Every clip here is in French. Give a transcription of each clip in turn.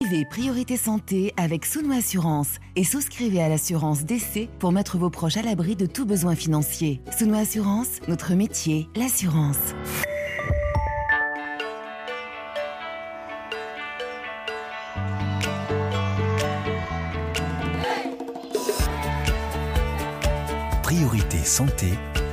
Priorité Santé avec Souno Assurance et souscrivez à l'assurance décès pour mettre vos proches à l'abri de tout besoin financier. Souno Assurance, notre métier, l'assurance. Priorité Santé.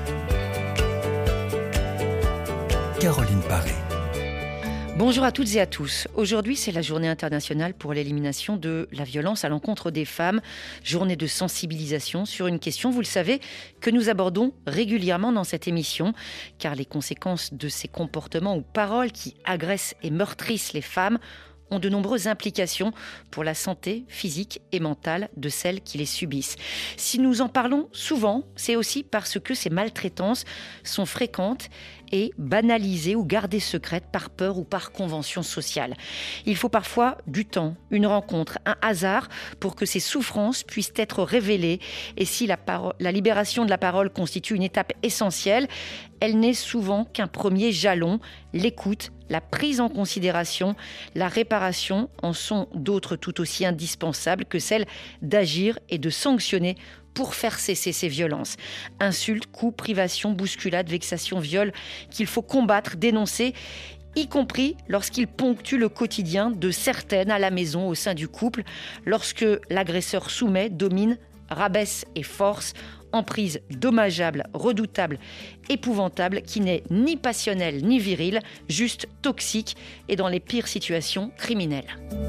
Caroline Paré. Bonjour à toutes et à tous. Aujourd'hui, c'est la journée internationale pour l'élimination de la violence à l'encontre des femmes. Journée de sensibilisation sur une question, vous le savez, que nous abordons régulièrement dans cette émission, car les conséquences de ces comportements ou paroles qui agressent et meurtrissent les femmes ont de nombreuses implications pour la santé physique et mentale de celles qui les subissent. Si nous en parlons souvent, c'est aussi parce que ces maltraitances sont fréquentes et banalisées ou gardées secrètes par peur ou par convention sociale. Il faut parfois du temps, une rencontre, un hasard pour que ces souffrances puissent être révélées. Et si la libération de la parole constitue une étape essentielle, elle n'est souvent qu'un premier jalon. L'écoute, la prise en considération, la réparation en sont d'autres tout aussi indispensables que celle d'agir et de sanctionner pour faire cesser ces violences. Insultes, coups, privations, bousculades, vexations, viols qu'il faut combattre, dénoncer, y compris lorsqu'ils ponctuent le quotidien de certaines à la maison, au sein du couple, lorsque l'agresseur soumet, domine, rabaisse et force, emprise dommageable, redoutable, épouvantable, qui n'est ni passionnelle ni virile, juste toxique et dans les pires situations criminelles.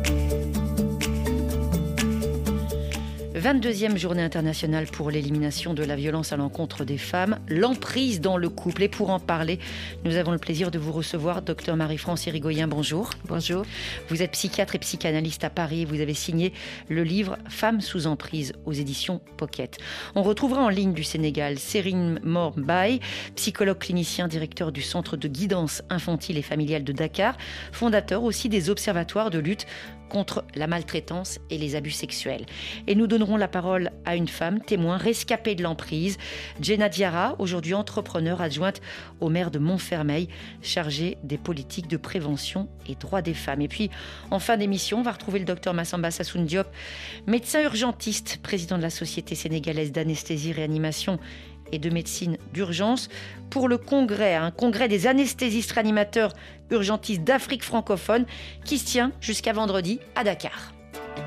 22e journée internationale pour l'élimination de la violence à l'encontre des femmes, l'emprise dans le couple. Et pour en parler, nous avons le plaisir de vous recevoir, Dr Marie-France Irigoyen. Bonjour. Bonjour. Vous êtes psychiatre et psychanalyste à Paris et vous avez signé le livre « Femmes sous emprise » aux éditions Pocket. On retrouvera en ligne du Sénégal Serine Mor Mbaye, psychologue clinicien, directeur du Centre de guidance infantile et familiale de Dakar, fondateur aussi des observatoires de lutte contre la maltraitance et les abus sexuels. Et nous donnerons la parole à une femme témoin rescapée de l'emprise, Jenna Diarra, aujourd'hui entrepreneure adjointe au maire de Montfermeil, chargée des politiques de prévention et droits des femmes. Et puis, en fin d'émission, on va retrouver le docteur Massamba Sassoune Diop, médecin urgentiste, président de la Société sénégalaise d'anesthésie, réanimation et de médecine d'urgence, pour le congrès, un congrès des anesthésistes réanimateurs urgentistes d'Afrique francophone qui se tient jusqu'à vendredi à Dakar.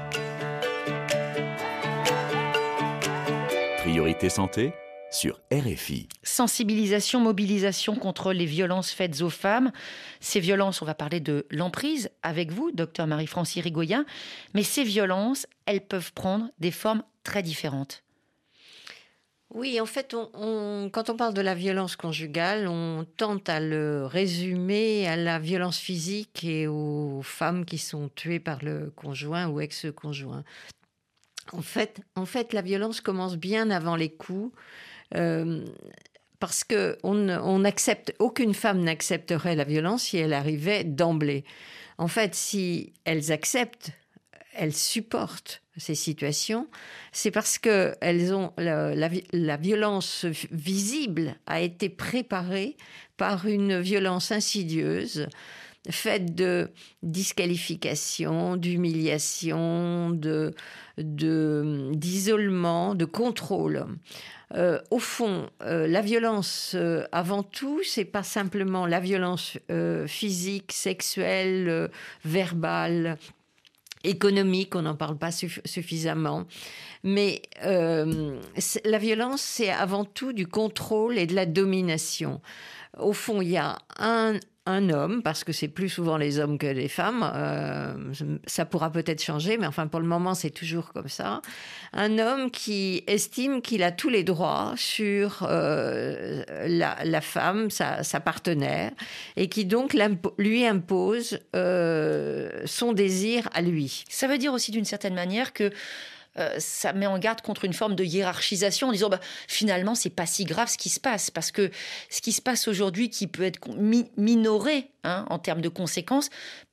Priorité santé sur RFI. Sensibilisation, mobilisation contre les violences faites aux femmes. Ces violences, on va parler de l'emprise avec vous, docteur Marie-France Irigoyen, mais ces violences, elles peuvent prendre des formes très différentes. Oui, en fait, quand on parle de la violence conjugale, on tente à le résumer à la violence physique et aux femmes qui sont tuées par le conjoint ou ex-conjoint. En fait, la violence commence bien avant les coups, parce que aucune femme n'accepterait la violence si elle arrivait d'emblée. En fait, si elles acceptent, elles supportent ces situations, c'est parce que la violence visible a été préparée par une violence insidieuse, faite de disqualification, d'humiliation, d'isolement, de contrôle. Au fond, la violence, avant tout, c'est pas simplement la violence physique, sexuelle, verbale, économique, on n'en parle pas suffisamment. Mais la violence, c'est avant tout du contrôle et de la domination. Au fond, il y a un homme, parce que c'est plus souvent les hommes que les femmes, ça pourra peut-être changer, mais enfin pour le moment c'est toujours comme ça, un homme qui estime qu'il a tous les droits sur la femme, sa partenaire, et qui donc lui impose son désir à lui. Ça veut dire aussi d'une certaine manière que ça met en garde contre une forme de hiérarchisation en disant finalement c'est pas si grave ce qui se passe, parce que ce qui se passe aujourd'hui qui peut être minoré en termes de conséquences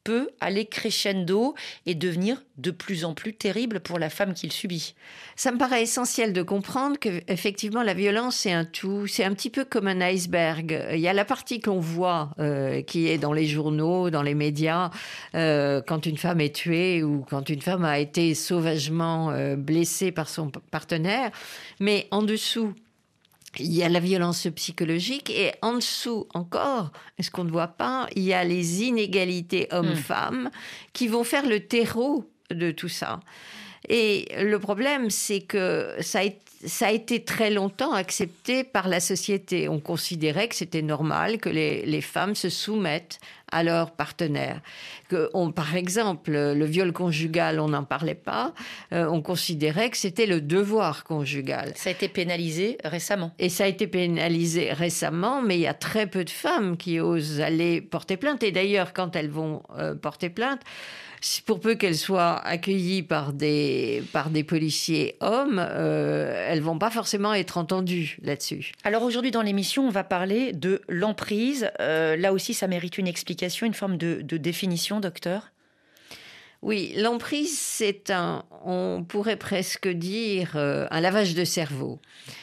peut aller crescendo et devenir de plus en plus terrible pour la femme qui le subit. Ça me paraît essentiel de comprendre qu'effectivement, la violence, c'est un tout. C'est un petit peu comme un iceberg. Il y a la partie qu'on voit, qui est dans les journaux, dans les médias, quand une femme est tuée ou quand une femme a été sauvagement blessée par son partenaire. Mais en dessous, il y a la violence psychologique et en dessous encore, ce qu'on ne voit pas, il y a les inégalités hommes-femmes qui vont faire le terreau de tout ça. Et le problème, c'est que ça a été très longtemps accepté par la société. On considérait que c'était normal que les femmes se soumettent à leur partenaire. Par exemple, le viol conjugal, on n'en parlait pas. On considérait que c'était le devoir conjugal. Ça a été pénalisé récemment. Et ça a été pénalisé récemment, mais il y a très peu de femmes qui osent aller porter plainte. Et d'ailleurs, quand elles vont porter plainte, pour peu qu'elles soient accueillies par des policiers hommes, elles vont pas forcément être entendues là-dessus. Alors aujourd'hui dans l'émission, on va parler de l'emprise. Là aussi, ça mérite une explication, une forme de définition, docteur. Oui, l'emprise, on pourrait presque dire, un lavage de cerveau.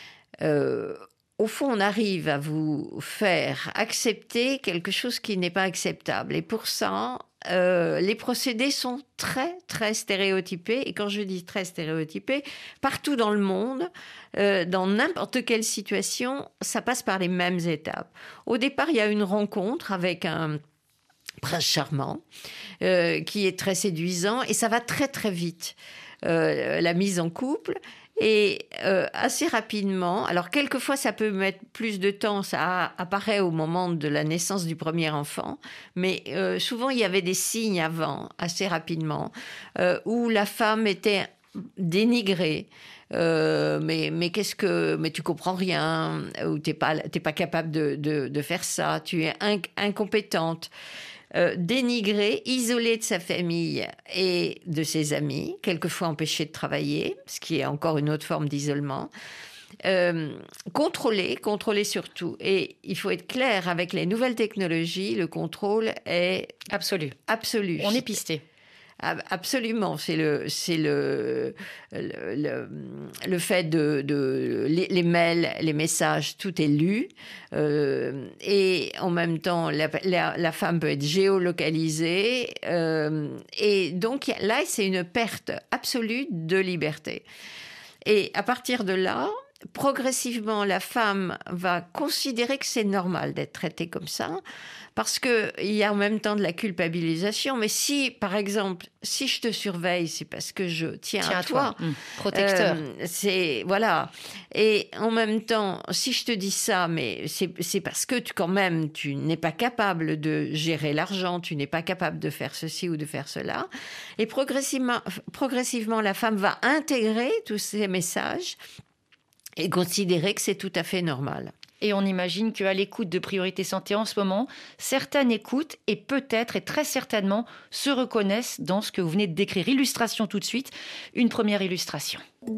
Au fond, on arrive à vous faire accepter quelque chose qui n'est pas acceptable. Et pour ça, les procédés sont très, très stéréotypés. Et quand je dis très stéréotypés, partout dans le monde, dans n'importe quelle situation, ça passe par les mêmes étapes. Au départ, il y a une rencontre avec un prince charmant qui est très séduisant et ça va très, très vite. La mise en couple. Et assez rapidement, alors quelquefois ça peut mettre plus de temps, ça apparaît au moment de la naissance du premier enfant, mais souvent il y avait des signes avant, assez rapidement, où la femme était dénigrée. Mais tu comprends rien, ou t'es pas capable de faire ça, tu es incompétente. Dénigrée, isolée de sa famille et de ses amis, quelquefois empêchée de travailler, ce qui est encore une autre forme d'isolement. Contrôlée surtout. Et il faut être clair, avec les nouvelles technologies, le contrôle est absolu. On est pisté. Absolument, c'est le fait les mails, les messages, tout est lu et en même temps la femme peut être géolocalisée et donc là c'est une perte absolue de liberté. Et à partir de là, progressivement, la femme va considérer que c'est normal d'être traitée comme ça, parce qu'il y a en même temps de la culpabilisation. Mais si, par exemple, si je te surveille, c'est parce que je tiens à toi. Protecteur. Voilà. Et en même temps, si je te dis ça, mais c'est parce que quand même, tu n'es pas capable de gérer l'argent, tu n'es pas capable de faire ceci ou de faire cela. Et progressivement, la femme va intégrer tous ces messages et considérer que c'est tout à fait normal. Et on imagine qu'à l'écoute de Priorité Santé en ce moment, certaines écoutent et peut-être et très certainement se reconnaissent dans ce que vous venez de décrire. Illustration tout de suite, une première illustration.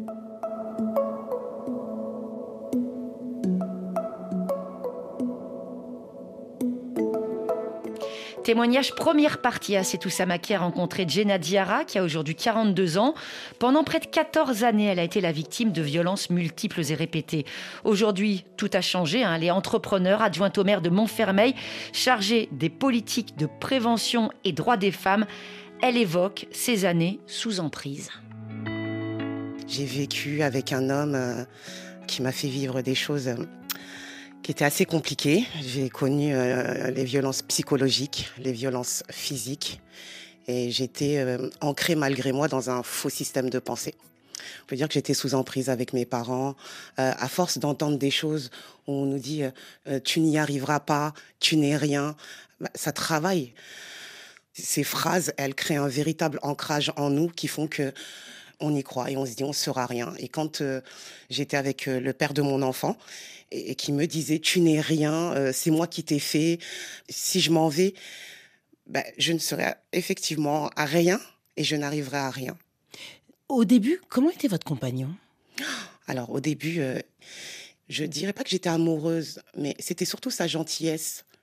Témoignage, première partie à Setou Samaki a rencontré Jenna Diarra, qui a aujourd'hui 42 ans. Pendant près de 14 années, elle a été la victime de violences multiples et répétées. Aujourd'hui, tout a changé. Elle est entrepreneure, adjointe au maire de Montfermeil, chargée des politiques de prévention et droits des femmes. Elle évoque ces années sous emprise. J'ai vécu avec un homme qui m'a fait vivre des choses qui était assez compliqué. J'ai connu les violences psychologiques, les violences physiques. Et j'étais ancrée malgré moi dans un faux système de pensée. On peut dire que j'étais sous emprise avec mes parents. À force d'entendre des choses où on nous dit tu n'y arriveras pas, tu n'es rien, ça travaille. Ces phrases, elles créent un véritable ancrage en nous qui font que on y croit et on se dit on sera rien. Et quand j'étais avec le père de mon enfant et qui me disait tu n'es rien, c'est moi qui t'ai fait, si je m'en vais, je ne serai effectivement à rien et je n'arriverai à rien. Au début, comment était votre compagnon ? Alors au début, je dirais pas que j'étais amoureuse, mais c'était surtout sa gentillesse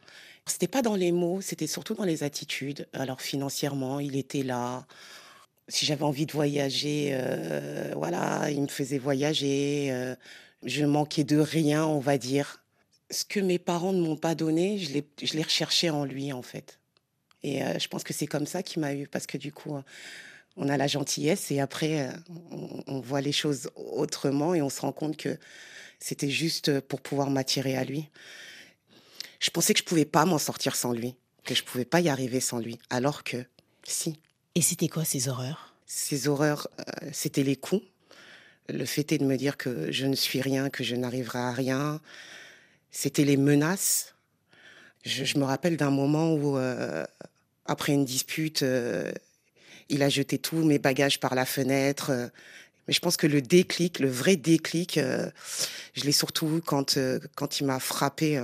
C'était pas dans les mots, c'était surtout dans les attitudes. Alors financièrement, il était là. Si j'avais envie de voyager, voilà, il me faisait voyager. Je manquais de rien, on va dire. Ce que mes parents ne m'ont pas donné, je l'ai recherché en lui, en fait. Et je pense que c'est comme ça qu'il m'a eu, parce que du coup, on a la gentillesse et après, on voit les choses autrement et on se rend compte que c'était juste pour pouvoir m'attirer à lui. Je pensais que je pouvais pas m'en sortir sans lui, que je pouvais pas y arriver sans lui, alors que si. Et c'était quoi ces horreurs? Ces horreurs, c'était les coups. Le fait est de me dire que je ne suis rien, que je n'arriverai à rien. C'était les menaces. Je me rappelle d'un moment où, après une dispute, il a jeté tous mes bagages par la fenêtre. Mais je pense que le déclic, le vrai déclic, je l'ai surtout eu quand il m'a frappé,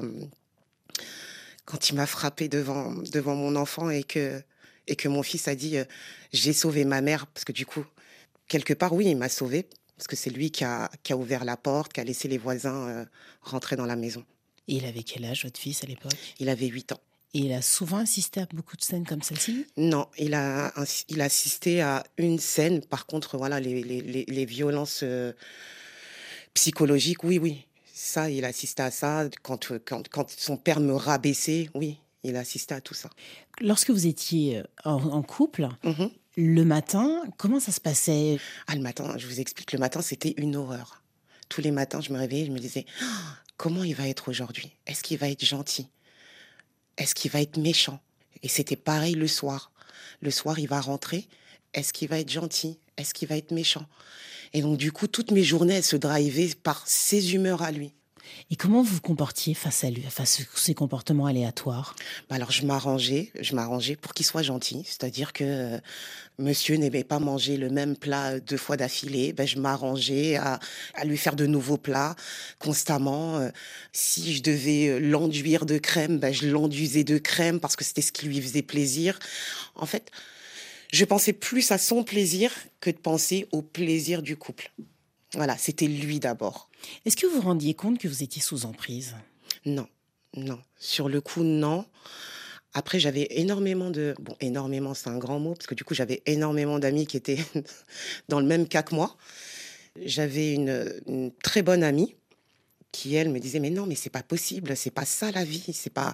devant mon enfant et que mon fils a dit j'ai sauvé ma mère, parce que du coup, quelque part, oui, il m'a sauvé, parce que c'est lui qui a ouvert la porte, qui a laissé les voisins rentrer dans la maison. Et il avait quel âge, votre fils, à l'époque? Il avait 8 ans. Et il a souvent assisté à beaucoup de scènes comme celle-ci? Non, il a assisté à une scène. Par contre, voilà, les violences psychologiques, oui. Ça, il a assisté à ça. Quand son père me rabaissait, oui, il a assisté à tout ça. Lorsque vous étiez en couple, Mhm. le matin, comment ça se passait? Le matin, je vous explique, le matin, c'était une horreur. Tous les matins, je me réveillais, je me disais, comment il va être aujourd'hui? Est-ce qu'il va être gentil? Est-ce qu'il va être méchant? Et c'était pareil le soir. Le soir, il va rentrer. Est-ce qu'il va être gentil? Est-ce qu'il va être méchant? Et donc, du coup, toutes mes journées, elles se drivaient par ses humeurs à lui. Et comment vous vous comportiez face à lui, face à ces comportements aléatoires? Alors, je m'arrangeais pour qu'il soit gentil. C'est-à-dire que monsieur n'aimait pas manger le même plat 2 fois d'affilée. Je m'arrangeais à lui faire de nouveaux plats constamment. Si je devais l'enduire de crème, je l'enduisais de crème parce que c'était ce qui lui faisait plaisir. En fait, je pensais plus à son plaisir que de penser au plaisir du couple. Voilà, c'était lui d'abord. Est-ce que vous vous rendiez compte que vous étiez sous emprise? Non. Sur le coup, non. Après, j'avais énormément énormément, c'est un grand mot, parce que du coup, j'avais énormément d'amis qui étaient dans le même cas que moi. J'avais une très bonne amie qui, elle, me disait, mais non, mais c'est pas possible, c'est pas ça la vie, c'est pas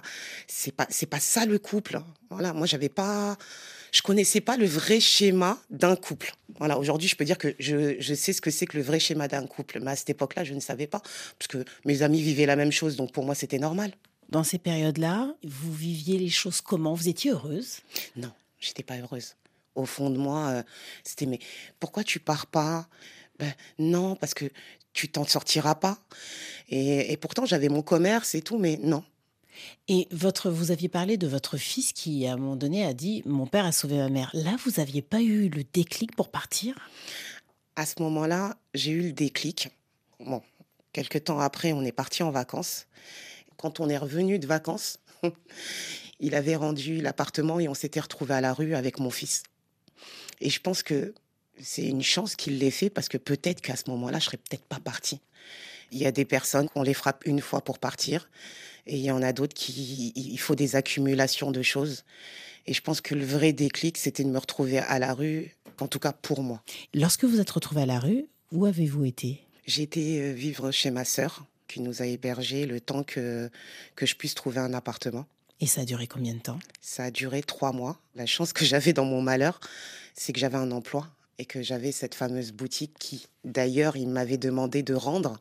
ça le couple. Voilà, moi, je connaissais pas le vrai schéma d'un couple. Voilà, aujourd'hui, je peux dire que je sais ce que c'est que le vrai schéma d'un couple. Mais à cette époque-là, je ne savais pas, parce que mes amis vivaient la même chose, donc pour moi, c'était normal. Dans ces périodes-là, vous viviez les choses comment? Vous étiez heureuse? Non, j'étais pas heureuse. Au fond de moi, c'était, mais pourquoi tu pars pas? Non, parce que tu t'en sortiras pas. Et pourtant, j'avais mon commerce et tout, mais non. Et vous aviez parlé de votre fils qui, à un moment donné, a dit « Mon père a sauvé ma mère ». Là, vous n'aviez pas eu le déclic pour partir? À ce moment-là, j'ai eu le déclic. Bon, quelques temps après, on est parti en vacances. Quand on est revenu de vacances, il avait rendu l'appartement et on s'était retrouvés à la rue avec mon fils. Et je pense que c'est une chance qu'il l'ait fait, parce que peut-être qu'à ce moment-là, je serais peut-être pas partie. Il y a des personnes qu'on les frappe une fois pour partir, et il y en a d'autres il faut des accumulations de choses. Et je pense que le vrai déclic, c'était de me retrouver à la rue, en tout cas pour moi. Lorsque vous êtes retrouvée à la rue, où avez-vous été? J'ai été vivre chez ma sœur, qui nous a hébergés le temps que je puisse trouver un appartement. Et ça a duré combien de temps? Ça a duré 3 mois. La chance que j'avais dans mon malheur, c'est que j'avais un emploi et que j'avais cette fameuse boutique qui, d'ailleurs, il m'avait demandé de rendre.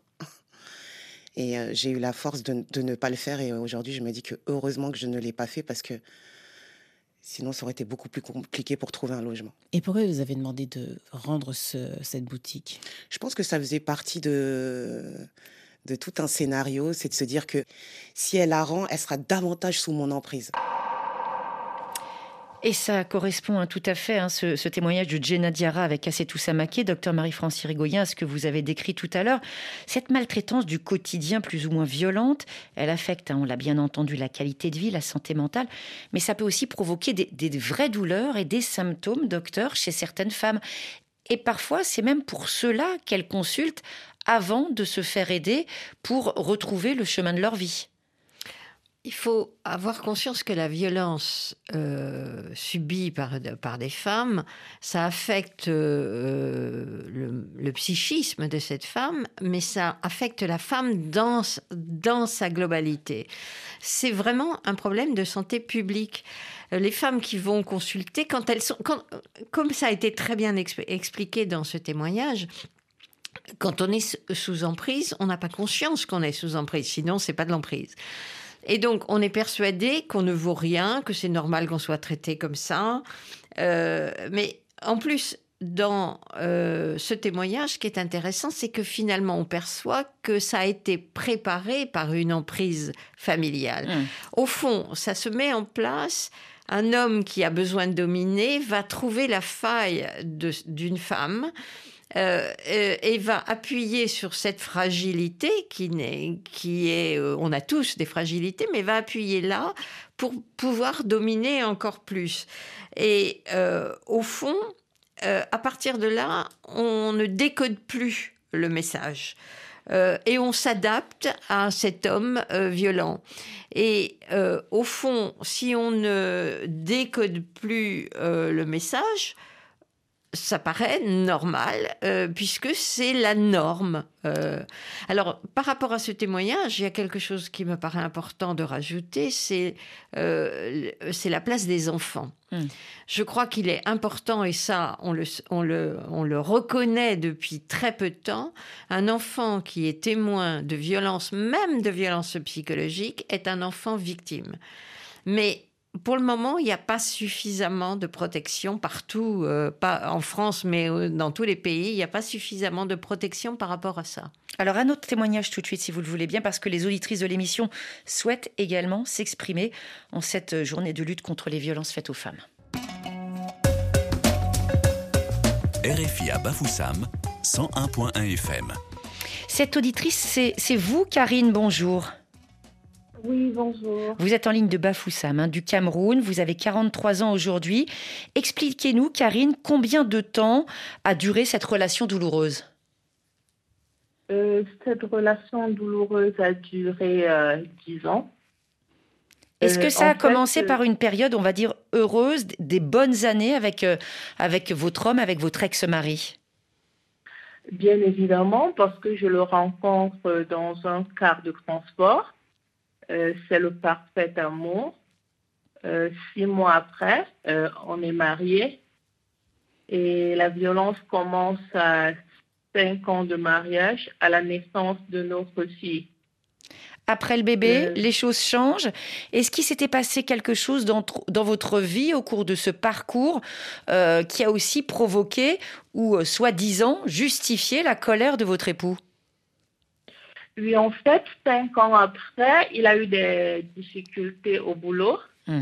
Et j'ai eu la force de ne pas le faire. Et aujourd'hui, je me dis que heureusement que je ne l'ai pas fait, parce que sinon, ça aurait été beaucoup plus compliqué pour trouver un logement. Et pourquoi vous avez demandé de rendre cette boutique? Je pense que ça faisait partie de tout un scénario. C'est de se dire que si elle la rend, elle sera davantage sous mon emprise. Et ça correspond tout à fait, ce témoignage de Jenna Diarra avec Assetou Samaké, docteur Marie-France Irigoyen, à ce que vous avez décrit tout à l'heure. Cette maltraitance du quotidien plus ou moins violente, elle affecte, on l'a bien entendu, la qualité de vie, la santé mentale, mais ça peut aussi provoquer des vraies douleurs et des symptômes, docteur, chez certaines femmes. Et parfois, c'est même pour cela qu'elles consultent avant de se faire aider pour retrouver le chemin de leur vie. Il faut avoir conscience que la violence subie par des femmes, ça affecte le psychisme de cette femme, mais ça affecte la femme dans sa globalité. C'est vraiment un problème de santé publique. Les femmes qui vont consulter, comme ça a été très bien expliqué dans ce témoignage, quand on est sous emprise, on n'a pas conscience qu'on est sous emprise, sinon c'est pas de l'emprise. Et donc, on est persuadé qu'on ne vaut rien, que c'est normal qu'on soit traité comme ça. Mais en plus, dans ce témoignage, ce qui est intéressant, c'est que finalement, on perçoit que ça a été préparé par une emprise familiale. Au fond, ça se met en place. Un homme qui a besoin de dominer va trouver la faille d'une femme et va appuyer sur cette fragilité qui est on a tous des fragilités, mais va appuyer là pour pouvoir dominer encore plus. Et au fond, à partir de là, on ne décode plus le message. Et on s'adapte à cet homme violent. Et au fond, si on ne décode plus le message, ça paraît normal, puisque c'est la norme. Alors, par rapport à ce témoignage, il y a quelque chose qui me paraît important de rajouter, c'est la place des enfants. Je crois qu'il est important, et ça, on le reconnaît depuis très peu de temps, un enfant qui est témoin de violence, même de violence psychologique, est un enfant victime. Mais pour le moment, il n'y a pas suffisamment de protection partout, pas en France, mais dans tous les pays, il n'y a pas suffisamment de protection par rapport à ça. Alors, un autre témoignage tout de suite, si vous le voulez bien, parce que les auditrices de l'émission souhaitent également s'exprimer en cette journée de lutte contre les violences faites aux femmes. RFI à Bafoussam, 101.1 FM. Cette auditrice, c'est vous, Karine, bonjour. Oui, bonjour. Vous êtes en ligne de Bafoussam, du Cameroun. Vous avez 43 ans aujourd'hui. Expliquez-nous, Karine, combien de temps a duré cette relation douloureuse ? Cette relation douloureuse a duré 10 ans. Est-ce que ça a commencé par une période, on va dire, heureuse, des bonnes années avec votre homme, avec votre ex-mari ? Bien évidemment, parce que je le rencontre dans un car de transport. C'est le parfait amour. 6 mois après, on est mariés et la violence commence à 5 ans de mariage, à la naissance de notre fille. Après le bébé, les choses changent. Est-ce qu'il s'était passé quelque chose dans votre vie au cours de ce parcours qui a aussi provoqué ou soi-disant justifié la colère de votre époux ? Oui, en fait, 5 ans après, il a eu des difficultés au boulot.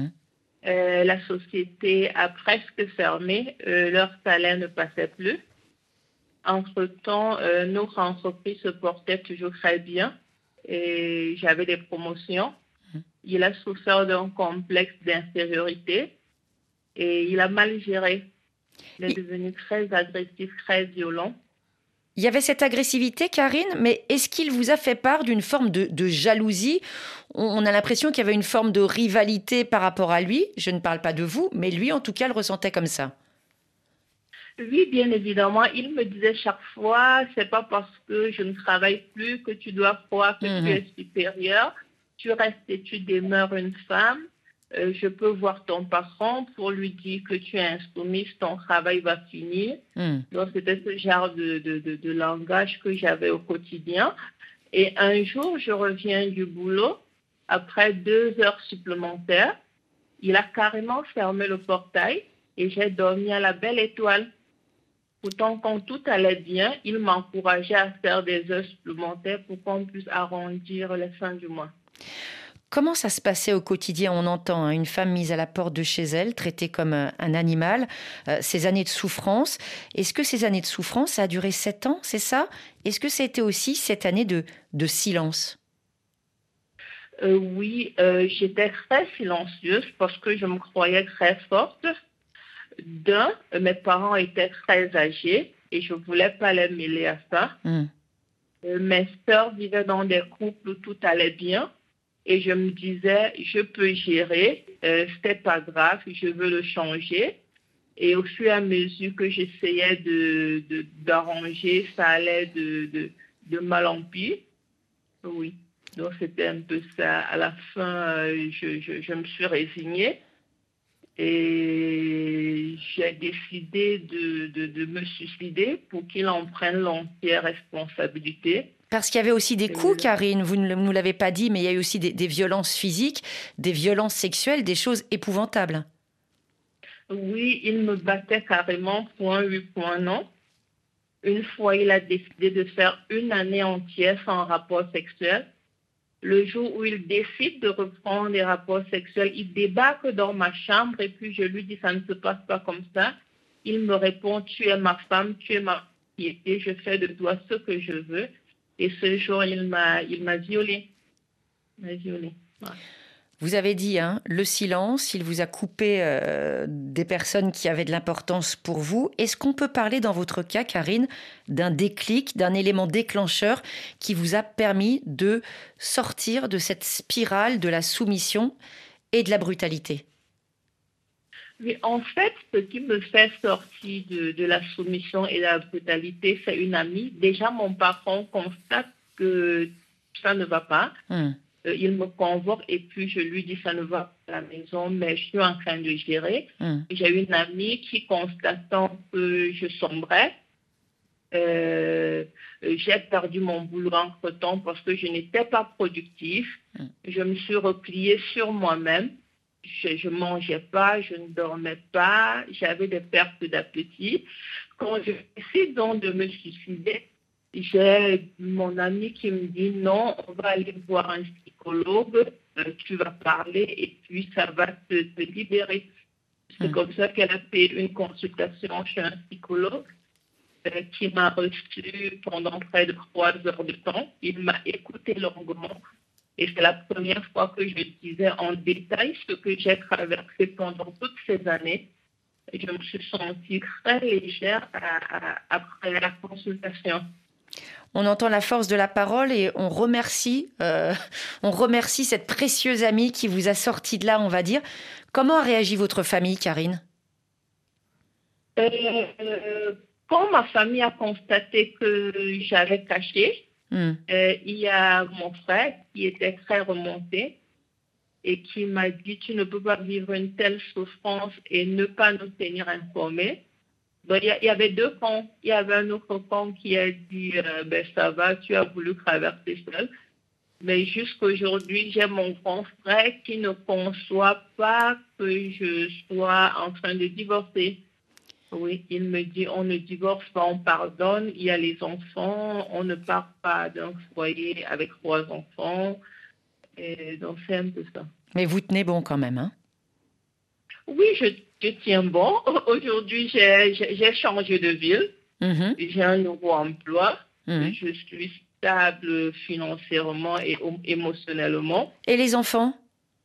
La société a presque fermé. Leur salaire ne passait plus. Entre-temps, notre entreprise se portait toujours très bien et j'avais des promotions. Il a souffert d'un complexe d'infériorité et il a mal géré. Il est devenu très agressif, très violent. Il y avait cette agressivité, Karine, mais est-ce qu'il vous a fait part d'une forme de jalousie ? On a l'impression qu'il y avait une forme de rivalité par rapport à lui. Je ne parle pas de vous, mais lui, en tout cas, le ressentait comme ça. Oui, bien évidemment. Il me disait chaque fois, c'est pas parce que je ne travaille plus que tu dois croire que tu es supérieur. Tu restes et tu demeures une femme. Je peux voir ton patron pour lui dire que tu es insoumise, ton travail va finir. Donc, c'était ce genre de langage que j'avais au quotidien. Et un jour, je reviens du boulot. Après 2 heures supplémentaires, il a carrément fermé le portail et j'ai dormi à la belle étoile. Pourtant, quand tout allait bien, il m'encourageait à faire des heures supplémentaires pour qu'on puisse arrondir les fins du mois. Comment ça se passait au quotidien ? On entend une femme mise à la porte de chez elle, traitée comme un animal, ces années de souffrance. Est-ce que ces années de souffrance, ça a duré 7 ans, c'est ça ? Est-ce que ça a été aussi cette année de silence ? Oui, j'étais très silencieuse parce que je me croyais très forte. Mes parents étaient très âgés et je ne voulais pas les mêler à ça. Mes sœurs vivaient dans des couples où tout allait bien. Et je me disais, je peux gérer, c'était pas grave, je veux le changer. Et au fur et à mesure que j'essayais d'arranger, ça allait de mal en pire. Oui, donc c'était un peu ça. À la fin, je me suis résignée et j'ai décidé de me suicider pour qu'il en prenne l'entière responsabilité. Parce qu'il y avait aussi des coups, Karine, vous ne nous l'avez pas dit, mais il y a eu aussi des violences physiques, des violences sexuelles, des choses épouvantables. Oui, il me battait carrément point oui, point non. Une fois, il a décidé de faire 1 année entière sans rapport sexuel. Le jour où il décide de reprendre les rapports sexuels, il débarque dans ma chambre et puis je lui dis, ça ne se passe pas comme ça. Il me répond, tu es ma femme, tu es ma propriété, je fais de toi ce que je veux. Et ce jour, il m'a violée. Ouais. Vous avez dit, le silence, il vous a coupé des personnes qui avaient de l'importance pour vous. Est-ce qu'on peut parler dans votre cas, Karine, d'un déclic, d'un élément déclencheur qui vous a permis de sortir de cette spirale de la soumission et de la brutalité? Oui, en fait, ce qui me fait sortir de la soumission et de la brutalité, c'est une amie. Déjà, mon patron constate que ça ne va pas. Il me convoque et puis je lui dis ça ne va pas à la maison, mais je suis en train de gérer. J'ai une amie qui, constatant que je sombrais, j'ai perdu mon boulot entre-temps parce que je n'étais pas productive. Je me suis repliée sur moi-même. Je ne mangeais pas, je ne dormais pas, j'avais des pertes d'appétit. Quand je décide donc de me suicider, j'ai mon ami qui me dit non, on va aller voir un psychologue, tu vas parler et puis ça va te libérer. C'est comme ça qu'elle a fait une consultation chez un psychologue qui m'a reçu pendant près de 3 heures de temps. Il m'a écouté longuement et c'est la première fois que je disais en détail ce que j'ai traversé pendant toutes ces années. Et je me suis sentie très légère après la consultation. On entend la force de la parole et on remercie cette précieuse amie qui vous a sorti de là, on va dire. Comment a réagi votre famille, Karine ? Quand ma famille a constaté que j'avais caché, il y a mon frère qui était très remonté et qui m'a dit « Tu ne peux pas vivre une telle souffrance et ne pas nous tenir informés ». Donc, il y avait 2 camps. Il y avait un autre camp qui a dit ça va, tu as voulu traverser seul. Mais jusqu'aujourd'hui, j'ai mon grand frère qui ne conçoit pas que je sois en train de divorcer. Oui, il me dit on ne divorce pas, on pardonne. Il y a les enfants, on ne part pas d'un foyer avec 3 enfants. Et donc, c'est un peu ça. Mais vous tenez bon quand même, hein ? Oui, je tiens bon. Aujourd'hui, j'ai changé de ville. J'ai un nouveau emploi. Je suis stable financièrement et émotionnellement. Et les enfants ?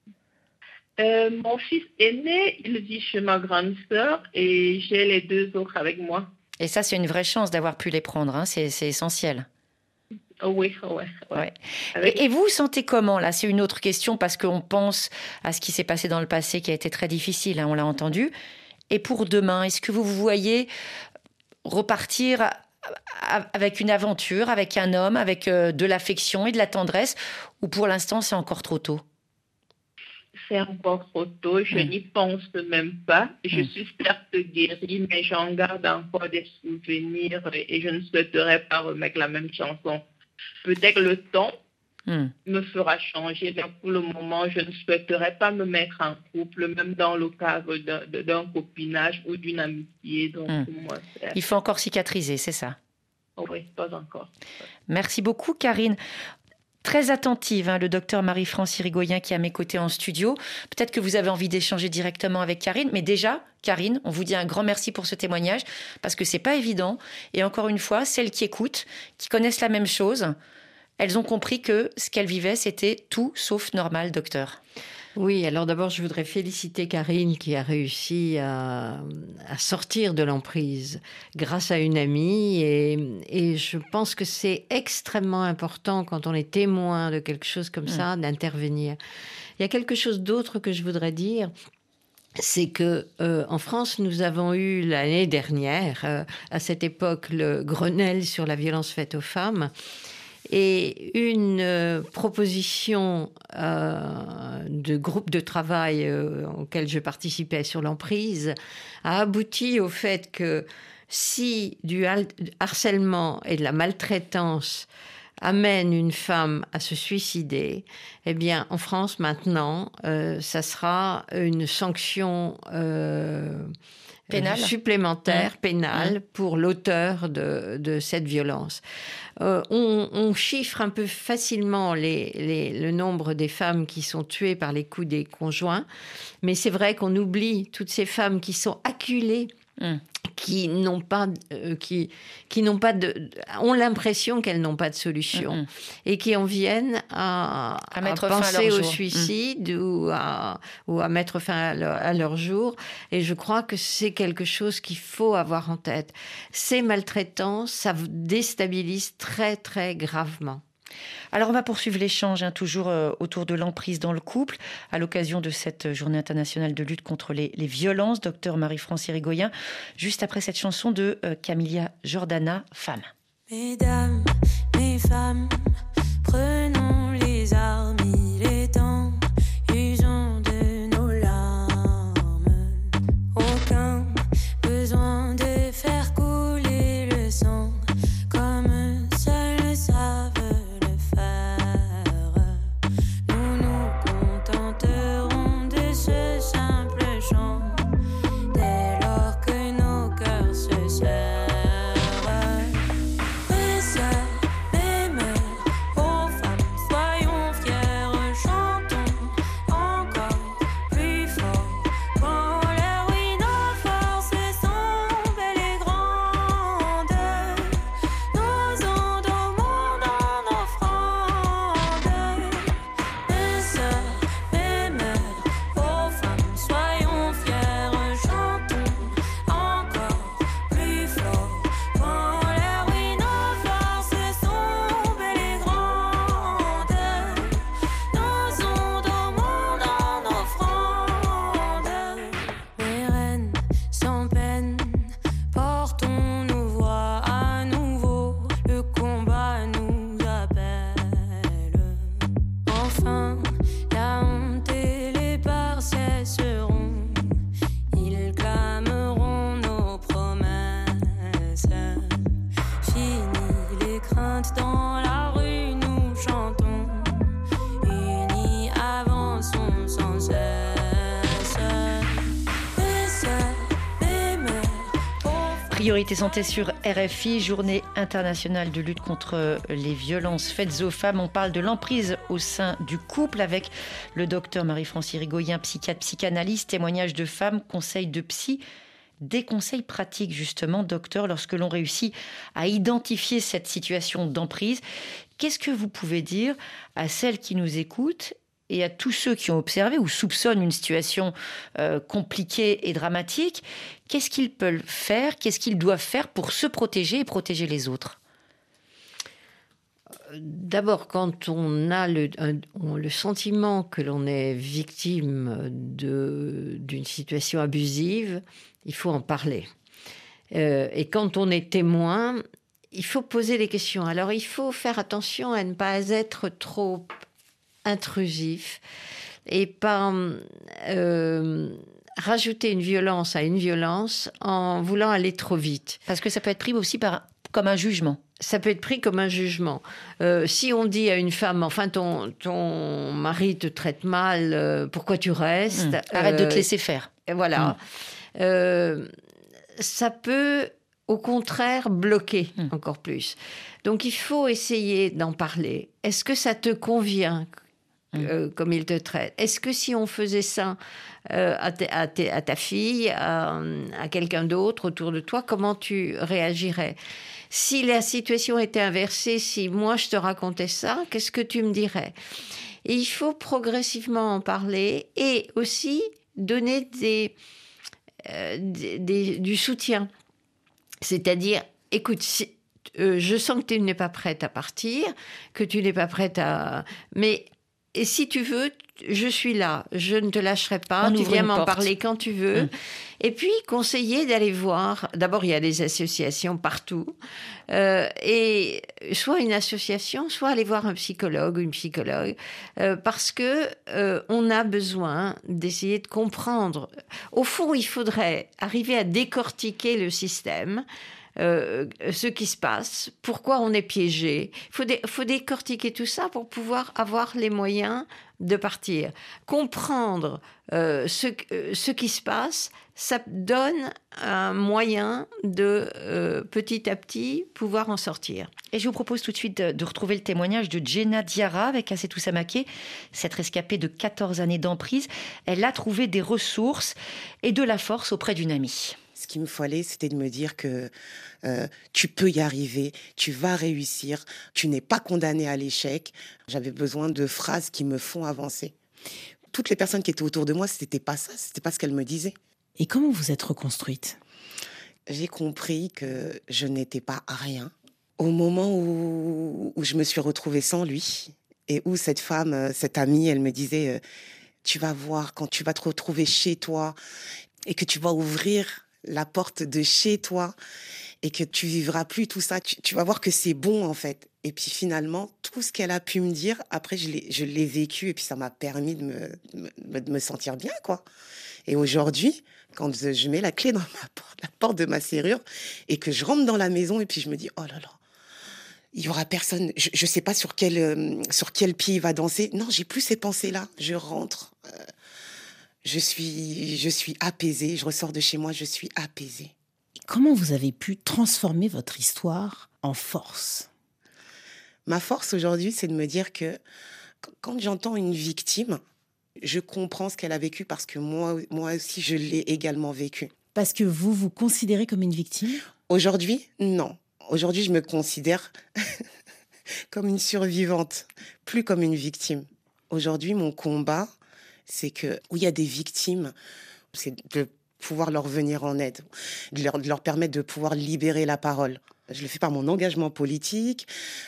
Mon fils aîné, il vit chez ma grande sœur et j'ai les 2 autres avec moi. Et ça, c'est une vraie chance d'avoir pu les prendre. Hein. C'est essentiel. Oui. Et vous vous sentez comment, là ? C'est une autre question parce qu'on pense à ce qui s'est passé dans le passé qui a été très difficile, hein, on l'a entendu. Et pour demain, est-ce que vous vous voyez repartir avec une aventure, avec un homme, avec de l'affection et de la tendresse, ou pour l'instant, c'est encore trop tôt ? C'est encore trop tôt, je n'y pense même pas. Je suis certes guérie, mais j'en garde encore des souvenirs et je ne souhaiterais pas remettre la même chanson. Peut-être le temps me fera changer, mais pour le moment, je ne souhaiterais pas me mettre en couple, même dans le cadre d'un copinage ou d'une amitié. Donc, moi, il faut encore cicatriser, c'est ça ? Oui, pas encore. Merci beaucoup, Karine. Très attentive, le docteur Marie-France Irigoyen qui est à mes côtés en studio. Peut-être que vous avez envie d'échanger directement avec Karine, mais déjà, Karine, on vous dit un grand merci pour ce témoignage, parce que c'est pas évident. Et encore une fois, celles qui écoutent, qui connaissent la même chose, elles ont compris que ce qu'elles vivaient, c'était tout sauf normal, docteur. Oui, alors d'abord, je voudrais féliciter Karine qui a réussi à sortir de l'emprise grâce à une amie. Et je pense que c'est extrêmement important quand on est témoin de quelque chose comme ça, d'intervenir. Il y a quelque chose d'autre que je voudrais dire. C'est que en France, nous avons eu l'année dernière, à cette époque, le Grenelle sur la violence faite aux femmes. Et une proposition de groupe de travail auquel je participais sur l'emprise a abouti au fait que si du harcèlement et de la maltraitance amène une femme à se suicider, eh bien, en France, maintenant, ça sera une sanction supplémentaire, pénale, pour l'auteur de cette violence. On chiffre un peu facilement le nombre des femmes qui sont tuées par les coups des conjoints, mais c'est vrai qu'on oublie toutes ces femmes qui sont acculées, qui n'ont pas ont l'impression qu'elles n'ont pas de solution et qui en viennent à penser au suicide ou à mettre fin à leur jour. Et je crois que c'est quelque chose qu'il faut avoir en tête. Ces maltraitances, ça déstabilise très, très gravement. Alors on va poursuivre l'échange toujours autour de l'emprise dans le couple à l'occasion de cette journée internationale de lutte contre les violences. Docteur Marie-France Irigoyen, juste après cette chanson de Camilla Jordana, Femme. Mesdames, mes femmes, prenons les armes, il est temps, usons de nos larmes. Aucun besoin de faire couler le sang comme seuls savent. Priorité santé sur RFI, journée internationale de lutte contre les violences faites aux femmes. On parle de l'emprise au sein du couple avec le docteur Marie-France Irigoyen, psychiatre, psychanalyste, témoignage de femmes, conseils de psy. Des conseils pratiques justement, docteur, lorsque l'on réussit à identifier cette situation d'emprise. Qu'est-ce que vous pouvez dire à celles qui nous écoutent et à tous ceux qui ont observé ou soupçonnent une situation compliquée et dramatique? Qu'est-ce qu'ils peuvent faire? Qu'est-ce qu'ils doivent faire pour se protéger et protéger les autres? D'abord, quand on a le sentiment que l'on est victime d'une situation abusive, il faut en parler. Et quand on est témoin, il faut poser des questions. Alors, il faut faire attention à ne pas être trop intrusif et pas rajouter une violence à une violence en voulant aller trop vite. Parce que ça peut être pris aussi comme un jugement. Ça peut être pris comme un jugement. Si on dit à une femme, enfin, ton mari te traite mal, pourquoi tu restes? Arrête de te laisser faire. Et voilà. Ça peut, au contraire, bloquer encore plus. Donc, il faut essayer d'en parler. Est-ce que ça te convient comme il te traite? Est-ce que si on faisait ça à ta fille, à quelqu'un d'autre autour de toi, comment tu réagirais? Si la situation était inversée, si moi je te racontais ça, qu'est-ce que tu me dirais? Et il faut progressivement en parler et aussi donner du soutien. C'est-à-dire, écoute, je sens que tu n'es pas prête à partir, que tu n'es pas prête à... Mais si tu veux, je suis là, je ne te lâcherai pas, tu viens m'en parler quand tu veux. Et puis, conseiller d'aller voir... D'abord, il y a des associations partout. Et soit une association, soit aller voir un psychologue ou une psychologue. Parce que on a besoin d'essayer de comprendre. Au fond, il faudrait arriver à décortiquer le système. Ce qui se passe, pourquoi on est piégé. Il faut décortiquer tout ça pour pouvoir avoir les moyens de partir. Comprendre ce qui se passe, ça donne un moyen de, petit à petit, pouvoir en sortir. Et je vous propose tout de suite de retrouver le témoignage de Jenna Diarra avec Assetou Samaké, cette rescapée de 14 années d'emprise. Elle a trouvé des ressources et de la force auprès d'une amie. Ce qu'il me fallait, c'était de me dire que tu peux y arriver, tu vas réussir, tu n'es pas condamné à l'échec. J'avais besoin de phrases qui me font avancer. Toutes les personnes qui étaient autour de moi, c'était pas ça, c'était pas ce qu'elles me disaient. Et comment vous êtes reconstruite ? J'ai compris que je n'étais pas à rien. Au moment où je me suis retrouvée sans lui, et où cette femme, cette amie, elle me disait tu vas voir quand tu vas te retrouver chez toi et que tu vas ouvrir la porte de chez toi et que tu vivras plus tout ça, tu vas voir que c'est bon en fait. Et puis finalement, tout ce qu'elle a pu me dire, après je l'ai vécu et puis ça m'a permis de me sentir bien, quoi. Et aujourd'hui, quand je mets la clé dans la porte de ma serrure et que je rentre dans la maison et puis je me dis, oh là là, il y aura personne, je sais pas sur quel pied il va danser. Non, j'ai plus ces pensées-là. Je rentre, je suis apaisée, je ressors de chez moi, je suis apaisée. Comment vous avez pu transformer votre histoire en force ? Ma force aujourd'hui, c'est de me dire que quand j'entends une victime, je comprends ce qu'elle a vécu parce que moi aussi, je l'ai également vécu. Parce que vous vous considérez comme une victime ? Aujourd'hui, non. Aujourd'hui, je me considère comme une survivante, plus comme une victime. Aujourd'hui, mon combat, c'est que où il y a des victimes, c'est de pouvoir leur venir en aide, de leur permettre de pouvoir libérer la parole. Je le fais par mon engagement politique,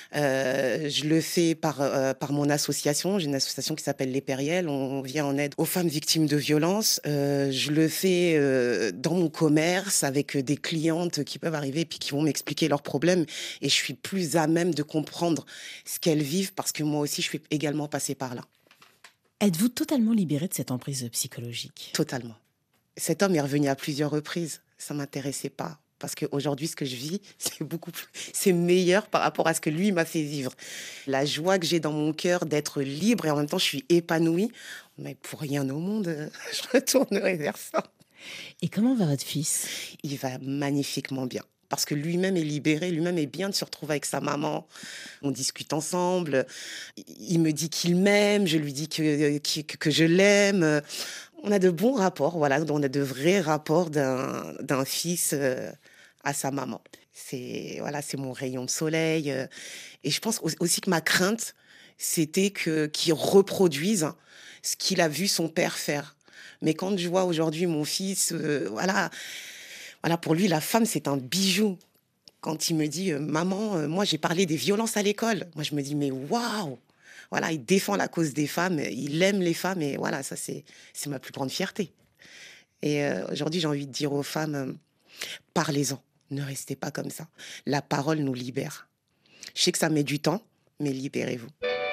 je le fais par mon association. J'ai une association qui s'appelle Les Périels. On vient en aide aux femmes victimes de violences. Je le fais dans mon commerce avec des clientes qui peuvent arriver et puis qui vont m'expliquer leurs problèmes. Et je suis plus à même de comprendre ce qu'elles vivent parce que moi aussi, je suis également passée par là. Êtes-vous totalement libérée de cette emprise psychologique ? Totalement. Cet homme est revenu à plusieurs reprises. Ça m'intéressait pas. Parce qu'aujourd'hui, ce que je vis, c'est meilleur par rapport à ce que lui m'a fait vivre. La joie que j'ai dans mon cœur d'être libre et en même temps, je suis épanouie. Mais pour rien au monde, je retournerai vers ça. Et comment va votre fils ? Il va magnifiquement bien. Parce que lui-même est libéré, lui-même est bien de se retrouver avec sa maman. On discute ensemble. Il me dit qu'il m'aime, je lui dis que je l'aime. On a de bons rapports, voilà. On a de vrais rapports d'un fils à sa maman. C'est mon rayon de soleil. Et je pense aussi que ma crainte, c'était qu'il reproduise ce qu'il a vu son père faire. Mais quand je vois aujourd'hui mon fils, voilà, pour lui, la femme, c'est un bijou. Quand il me dit, maman, moi, j'ai parlé des violences à l'école. Moi, je me dis, mais waouh! Voilà, il défend la cause des femmes, il aime les femmes, et voilà, ça, c'est ma plus grande fierté. Et aujourd'hui, j'ai envie de dire aux femmes, parlez-en, ne restez pas comme ça. La parole nous libère. Je sais que ça met du temps, mais libérez-vous.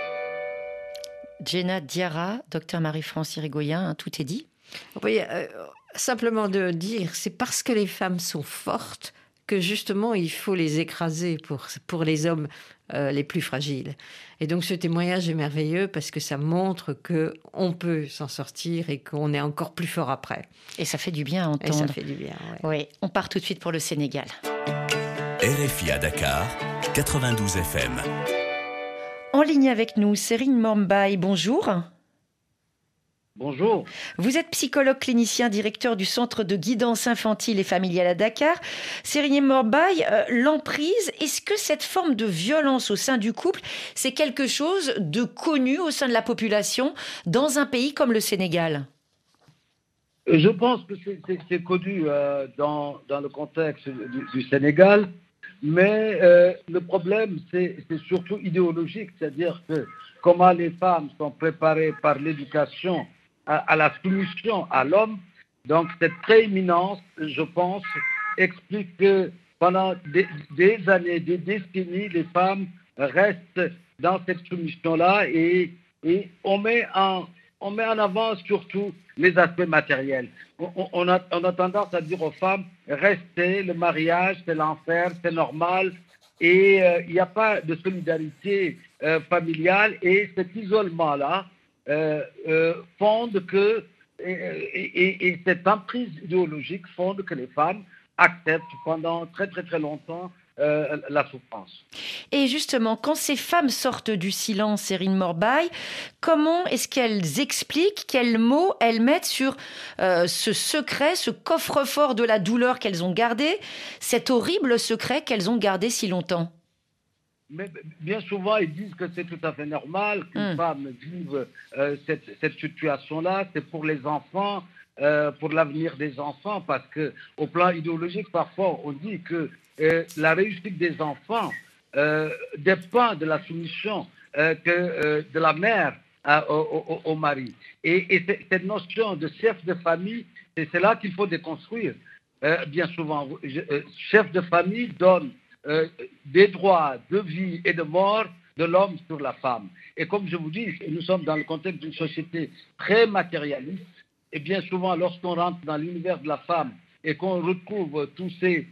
Jenna Diarra, docteur Marie-France Irigoyen, tout est dit. Oui, simplement de dire, c'est parce que les femmes sont fortes que justement il faut les écraser pour les hommes les plus fragiles. Et donc ce témoignage est merveilleux parce que ça montre qu'on peut s'en sortir et qu'on est encore plus fort après. Et ça fait du bien à entendre. Et ça fait du bien, ouais. Oui, on part tout de suite pour le Sénégal. RFI à Dakar, 92 FM. En ligne avec nous, Sérine Mormbaye, bonjour. Bonjour. Vous êtes psychologue clinicien, directeur du centre de guidance infantile et familiale à Dakar. Serigne Morbaye, l'emprise, est-ce que cette forme de violence au sein du couple, c'est quelque chose de connu au sein de la population dans un pays comme le Sénégal ? Je pense que c'est connu dans le contexte du Sénégal, mais le problème, c'est surtout idéologique, c'est-à-dire que comment les femmes sont préparées par l'éducation à la soumission à l'homme. Donc cette prééminence, je pense, explique que pendant des années, des décennies, les femmes restent dans cette soumission-là et on met en avant surtout les aspects matériels. On a tendance à dire aux femmes, restez, le mariage, c'est l'enfer, c'est normal, et il n'y a pas de solidarité familiale, et cet isolement-là fonde que, et cette emprise idéologique fonde que les femmes acceptent pendant très très très longtemps la souffrance. Et justement, quand ces femmes sortent du silence, Serigne Morbaye, comment est-ce qu'elles expliquent, quels mots elles mettent sur ce secret, ce coffre-fort de la douleur qu'elles ont gardé, cet horrible secret qu'elles ont gardé si longtemps? Mais bien souvent, ils disent que c'est tout à fait normal qu'une femme vive cette situation-là, c'est pour les enfants, pour l'avenir des enfants, parce qu'au plan idéologique, parfois, on dit que la réussite des enfants dépend de la soumission de la mère au mari. Et cette notion de chef de famille, c'est là qu'il faut déconstruire. Bien souvent, chef de famille donne des droits de vie et de mort de l'homme sur la femme. Et comme je vous dis, nous sommes dans le contexte d'une société très matérialiste, et bien souvent, lorsqu'on rentre dans l'univers de la femme et qu'on retrouve tous ces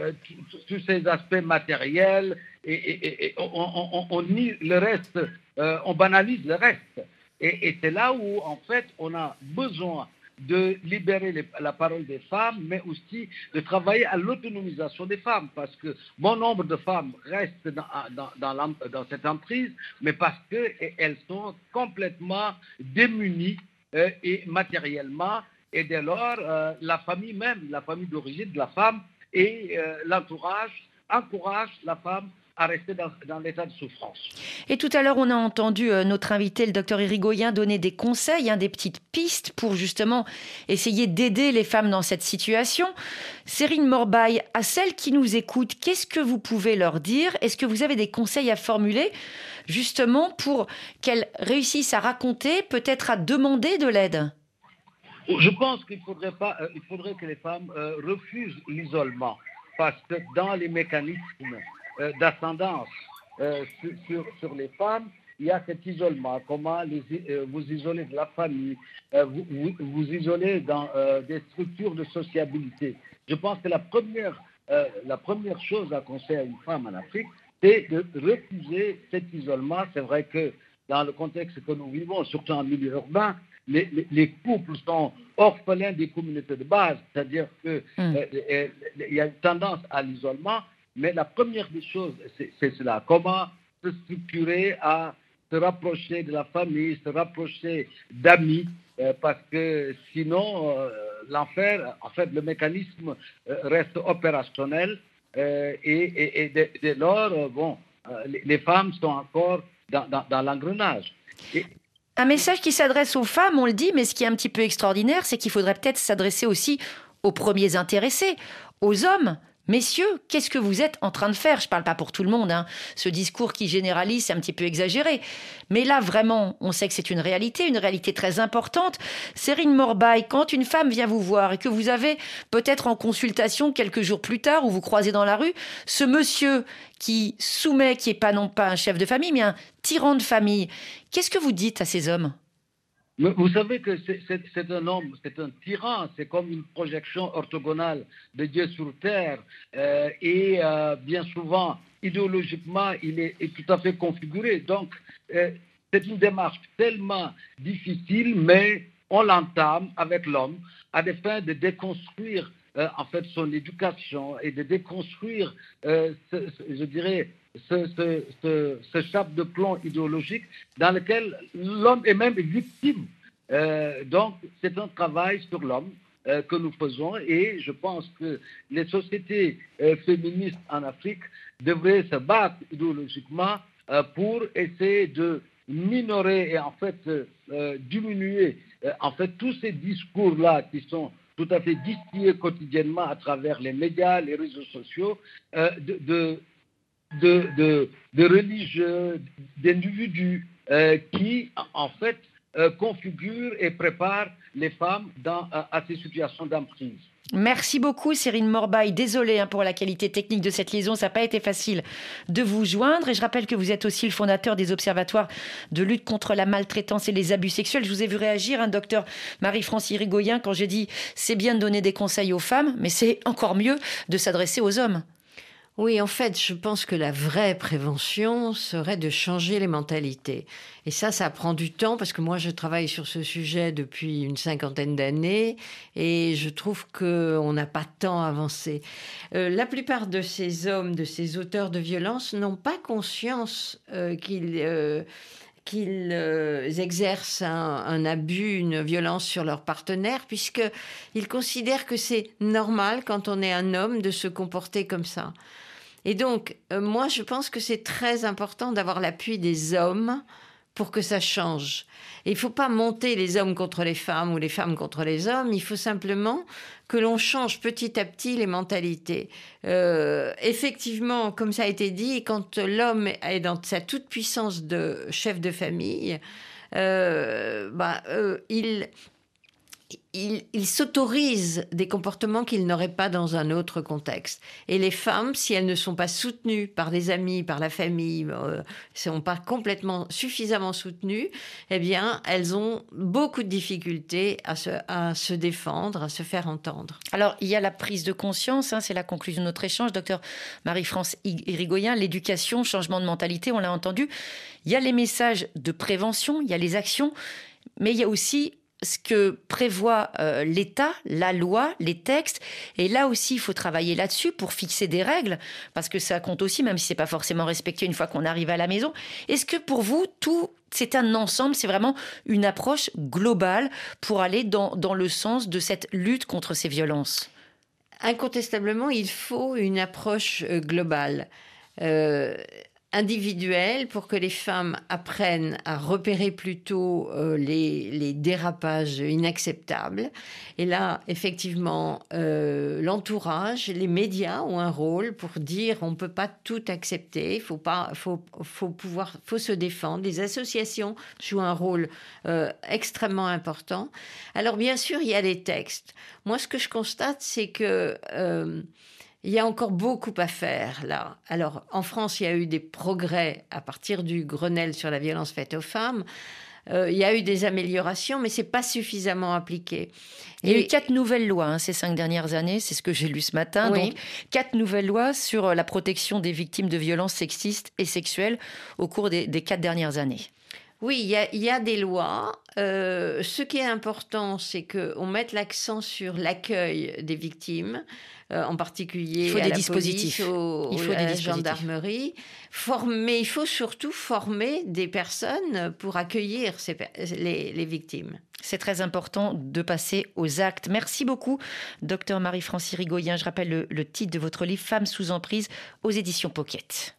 aspects matériels, et on nie le reste, on banalise le reste. Et c'est là où, en fait, on a besoin de libérer la parole des femmes, mais aussi de travailler à l'autonomisation des femmes, parce que bon nombre de femmes restent dans cette emprise, mais parce qu'elles sont complètement démunies et matériellement, et dès lors, la famille même, la famille d'origine de la femme et l'entourage encourage la femme à rester dans l'état de souffrance. Et tout à l'heure, on a entendu notre invité, le docteur Irigoyen, donner des conseils, des petites pistes pour justement essayer d'aider les femmes dans cette situation. Serigne Morbaye, à celles qui nous écoutent, qu'est-ce que vous pouvez leur dire? Est-ce que vous avez des conseils à formuler justement pour qu'elles réussissent à raconter, peut-être à demander de l'aide? Je pense qu'il faudrait que les femmes refusent l'isolement, parce que dans les mécanismes d'ascendance sur les femmes, il y a cet isolement. Comment vous isoler de la famille, vous isoler dans des structures de sociabilité. Je pense que la première chose à conseiller à une femme en Afrique, c'est de refuser cet isolement. C'est vrai que dans le contexte que nous vivons, surtout en milieu urbain, les couples sont orphelins des communautés de base, c'est-à-dire qu'il y a une tendance à l'isolement. Mais la première des choses, c'est cela. Comment se structurer à se rapprocher de la famille, se rapprocher d'amis, parce que sinon, l'enfer, en fait, le mécanisme reste opérationnel et dès lors, les femmes sont encore dans l'engrenage. Un message qui s'adresse aux femmes, on le dit, mais ce qui est un petit peu extraordinaire, c'est qu'il faudrait peut-être s'adresser aussi aux premiers intéressés, aux hommes. Messieurs, qu'est-ce que vous êtes en train de faire? Je ne parle pas pour tout le monde. Ce discours qui généralise, c'est un petit peu exagéré. Mais là, vraiment, on sait que c'est une réalité très importante. Serigne Morbaye, quand une femme vient vous voir et que vous avez peut-être en consultation quelques jours plus tard, ou vous croisez dans la rue, ce monsieur qui soumet, qui n'est pas non pas un chef de famille, mais un tyran de famille, qu'est-ce que vous dites à ces hommes? Vous savez que c'est un homme, c'est un tyran, c'est comme une projection orthogonale de Dieu sur terre et bien souvent, idéologiquement, il est tout à fait configuré. Donc, c'est une démarche tellement difficile, mais on l'entame avec l'homme à des fins de déconstruire en fait son éducation et de déconstruire, je dirais, ce chape de plomb idéologique dans lequel l'homme est même victime Donc, c'est un travail sur l'homme que nous faisons et je pense que les sociétés féministes en Afrique devraient se battre idéologiquement pour essayer de minorer et en fait diminuer en fait tous ces discours-là qui sont tout à fait distillés quotidiennement à travers les médias, les réseaux sociaux, de religieux, d'individus qui en fait configurent et préparent les femmes à ces situations d'emprise. Merci beaucoup Cyrine Morbaye. Désolée pour la qualité technique de cette liaison, ça n'a pas été facile de vous joindre. Et je rappelle que vous êtes aussi le fondateur des observatoires de lutte contre la maltraitance et les abus sexuels. Je vous ai vu réagir, docteur Marie-France Irigoyen, quand j'ai dit c'est bien de donner des conseils aux femmes, mais c'est encore mieux de s'adresser aux hommes. Oui, en fait, je pense que la vraie prévention serait de changer les mentalités. Et ça prend du temps parce que moi, je travaille sur ce sujet depuis une 50aine d'années et je trouve qu'on n'a pas tant avancé. La plupart de ces hommes, de ces auteurs de violence, n'ont pas conscience qu'ils exercent un abus, une violence sur leur partenaire, puisqu'ils considèrent que c'est normal, quand on est un homme, de se comporter comme ça. Et donc, moi, je pense que c'est très important d'avoir l'appui des hommes pour que ça change. Et il ne faut pas monter les hommes contre les femmes ou les femmes contre les hommes. Il faut simplement que l'on change petit à petit les mentalités. Effectivement, comme ça a été dit, quand l'homme est dans sa toute-puissance de chef de famille, il s'autorise des comportements qu'il n'aurait pas dans un autre contexte. Et les femmes, si elles ne sont pas soutenues par des amis, par la famille, ne sont pas suffisamment soutenues, eh bien, elles ont beaucoup de difficultés à se défendre, à se faire entendre. Alors, il y a la prise de conscience, c'est la conclusion de notre échange, docteur Marie-France Irigoyen, l'éducation, changement de mentalité, on l'a entendu. Il y a les messages de prévention, il y a les actions, mais il y a aussi ce que prévoit l'État, la loi, les textes. Et là aussi, il faut travailler là-dessus pour fixer des règles, parce que ça compte aussi, même si ce n'est pas forcément respecté une fois qu'on arrive à la maison. Est-ce que pour vous, tout, c'est un ensemble, c'est vraiment une approche globale pour aller dans le sens de cette lutte contre ces violences ? Incontestablement, il faut une approche globale. Individuelle, pour que les femmes apprennent à repérer plutôt les dérapages inacceptables. Et là, effectivement, l'entourage, les médias ont un rôle pour dire on ne peut pas tout accepter, il faut se défendre. Les associations jouent un rôle extrêmement important. Alors bien sûr, il y a des textes. Moi, ce que je constate, c'est que il y a encore beaucoup à faire là. Alors, en France, il y a eu des progrès à partir du Grenelle sur la violence faite aux femmes. Il y a eu des améliorations, mais ce n'est pas suffisamment appliqué. Il y a eu 4 nouvelles lois ces 5 dernières années, c'est ce que j'ai lu ce matin. Oui. Donc, 4 nouvelles lois sur la protection des victimes de violences sexistes et sexuelles au cours des 4 dernières années. Oui, il y a des lois. Ce qui est important, c'est qu'on mette l'accent sur l'accueil des victimes, en particulier à la police, à la gendarmerie. Mais il faut surtout former des personnes pour accueillir les victimes. C'est très important de passer aux actes. Merci beaucoup, docteur Marie-France Irigoyen. Je rappelle le titre de votre livre « Femmes sous emprise » aux éditions Pocket.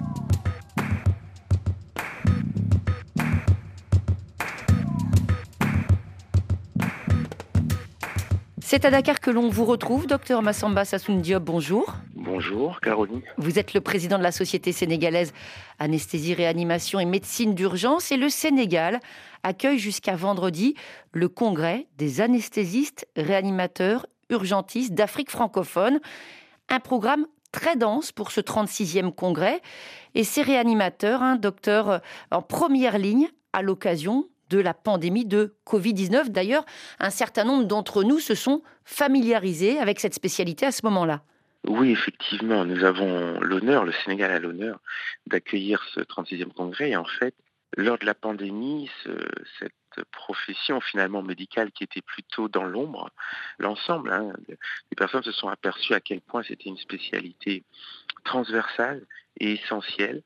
C'est à Dakar que l'on vous retrouve, docteur Massamba Sassoune Diop, bonjour. Bonjour Caroline. Vous êtes le président de la Société sénégalaise Anesthésie, Réanimation et Médecine d'Urgence et le Sénégal accueille jusqu'à vendredi le congrès des anesthésistes, réanimateurs, urgentistes d'Afrique francophone. Un programme très dense pour ce 36e congrès et ces réanimateurs, docteur, en première ligne à l'occasion de la pandémie de Covid-19. D'ailleurs, un certain nombre d'entre nous se sont familiarisés avec cette spécialité à ce moment-là. Oui, effectivement, nous avons l'honneur, le Sénégal a l'honneur d'accueillir ce 36e congrès. Et en fait, lors de la pandémie, cette profession finalement médicale qui était plutôt dans l'ombre, l'ensemble des personnes se sont aperçues à quel point c'était une spécialité transversale et essentielle.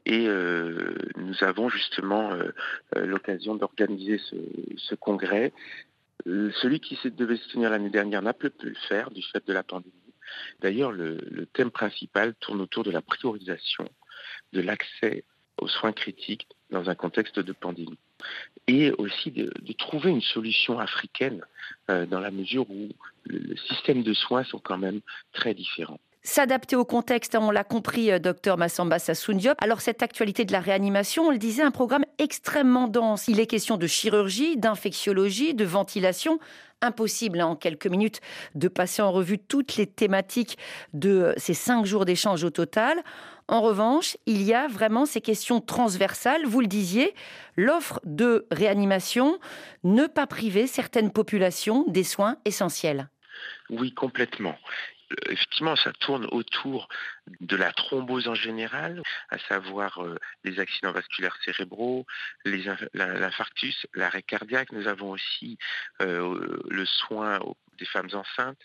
Et nous avons justement l'occasion d'organiser ce congrès. Celui qui devait se tenir l'année dernière n'a pu le faire du fait de la pandémie. D'ailleurs, le thème principal tourne autour de la priorisation de l'accès aux soins critiques dans un contexte de pandémie. Et aussi de trouver une solution africaine dans la mesure où le système de soins sont quand même très différents. S'adapter au contexte, on l'a compris, Dr Massamba Sassoune Diop. Alors cette actualité de la réanimation, on le disait, un programme extrêmement dense. Il est question de chirurgie, d'infectiologie, de ventilation. Impossible en quelques minutes de passer en revue toutes les thématiques de ces 5 jours d'échange au total. En revanche, il y a vraiment ces questions transversales. Vous le disiez, l'offre de réanimation, ne pas priver certaines populations des soins essentiels. Oui, complètement. Effectivement, ça tourne autour de la thrombose en général, à savoir les accidents vasculaires cérébraux, l'infarctus, l'arrêt cardiaque. Nous avons aussi le soin des femmes enceintes.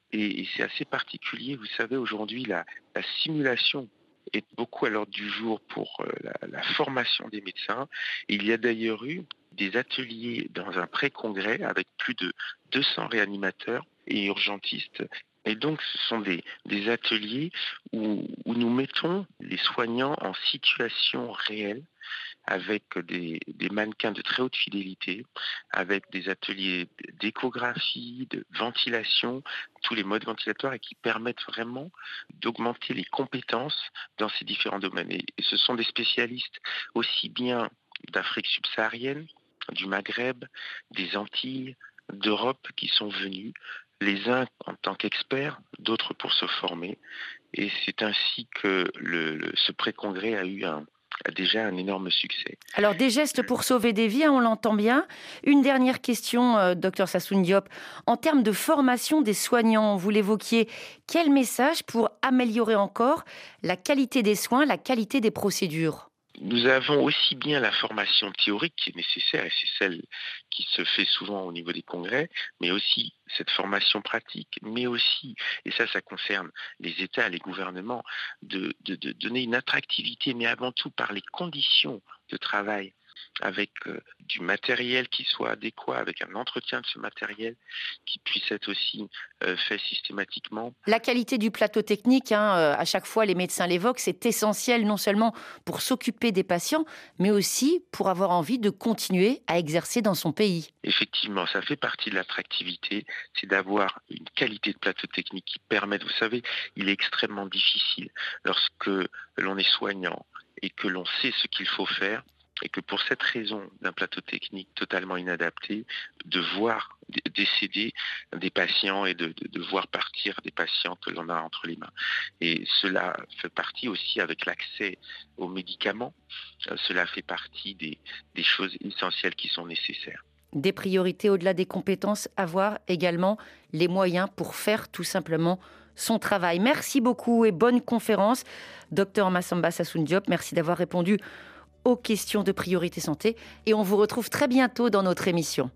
Et c'est assez particulier. Vous savez, aujourd'hui, la simulation est beaucoup à l'ordre du jour pour la formation des médecins. Il y a d'ailleurs eu des ateliers dans un pré-congrès avec plus de 200 réanimateurs et urgentistes. Et donc, ce sont des ateliers où nous mettons les soignants en situation réelle avec des mannequins de très haute fidélité, avec des ateliers d'échographie, de ventilation, tous les modes ventilatoires et qui permettent vraiment d'augmenter les compétences dans ces différents domaines. Et ce sont des spécialistes aussi bien d'Afrique subsaharienne, du Maghreb, des Antilles, d'Europe qui sont venus, les uns en tant qu'experts, d'autres pour se former. Et c'est ainsi que ce pré-congrès a eu déjà un énorme succès. Alors des gestes pour sauver des vies, on l'entend bien. Une dernière question, Dr Sassoune Diop. En termes de formation des soignants, vous l'évoquiez, quel message pour améliorer encore la qualité des soins, la qualité des procédures ? Nous avons aussi bien la formation théorique qui est nécessaire, et c'est celle qui se fait souvent au niveau des congrès, mais aussi cette formation pratique, mais aussi, et ça concerne les États, les gouvernements, de donner une attractivité, mais avant tout par les conditions de travail, avec du matériel qui soit adéquat, avec un entretien de ce matériel qui puisse être aussi fait systématiquement. La qualité du plateau technique, à chaque fois les médecins l'évoquent, c'est essentiel non seulement pour s'occuper des patients, mais aussi pour avoir envie de continuer à exercer dans son pays. Effectivement, ça fait partie de l'attractivité, c'est d'avoir une qualité de plateau technique qui permette, vous savez, il est extrêmement difficile lorsque l'on est soignant et que l'on sait ce qu'il faut faire, et que pour cette raison d'un plateau technique totalement inadapté, de voir décéder des patients et de voir partir des patients que l'on a entre les mains. Et cela fait partie aussi avec l'accès aux médicaments, cela fait partie des choses essentielles qui sont nécessaires. Des priorités au-delà des compétences, avoir également les moyens pour faire tout simplement son travail. Merci beaucoup et bonne conférence. Dr Massamba Sassoune Diop, merci d'avoir répondu aux questions de Priorité Santé et on vous retrouve très bientôt dans notre émission.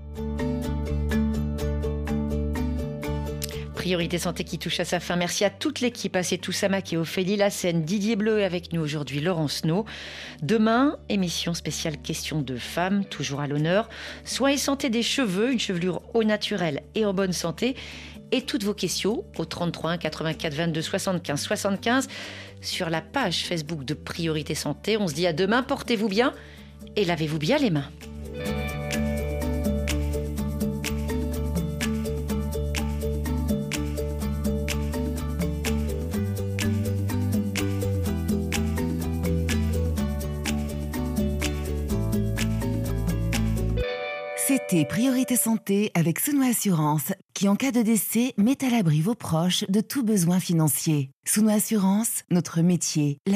Priorité Santé qui touche à sa fin. Merci à toute l'équipe, à Setou Samak et Ophélie Lassène, Didier Bleu et avec nous aujourd'hui Laurence No. Demain, émission spéciale questions de femmes, toujours à l'honneur. Soins et santé des cheveux, une chevelure au naturel et en bonne santé. Et toutes vos questions au 33 1 84 22 75 75 sur la page Facebook de Priorité Santé. On se dit à demain, portez-vous bien et lavez-vous bien les mains. C'était Priorité Santé avec Souno Assurance, qui en cas de décès met à l'abri vos proches de tout besoin financier. Souno Assurance, notre métier.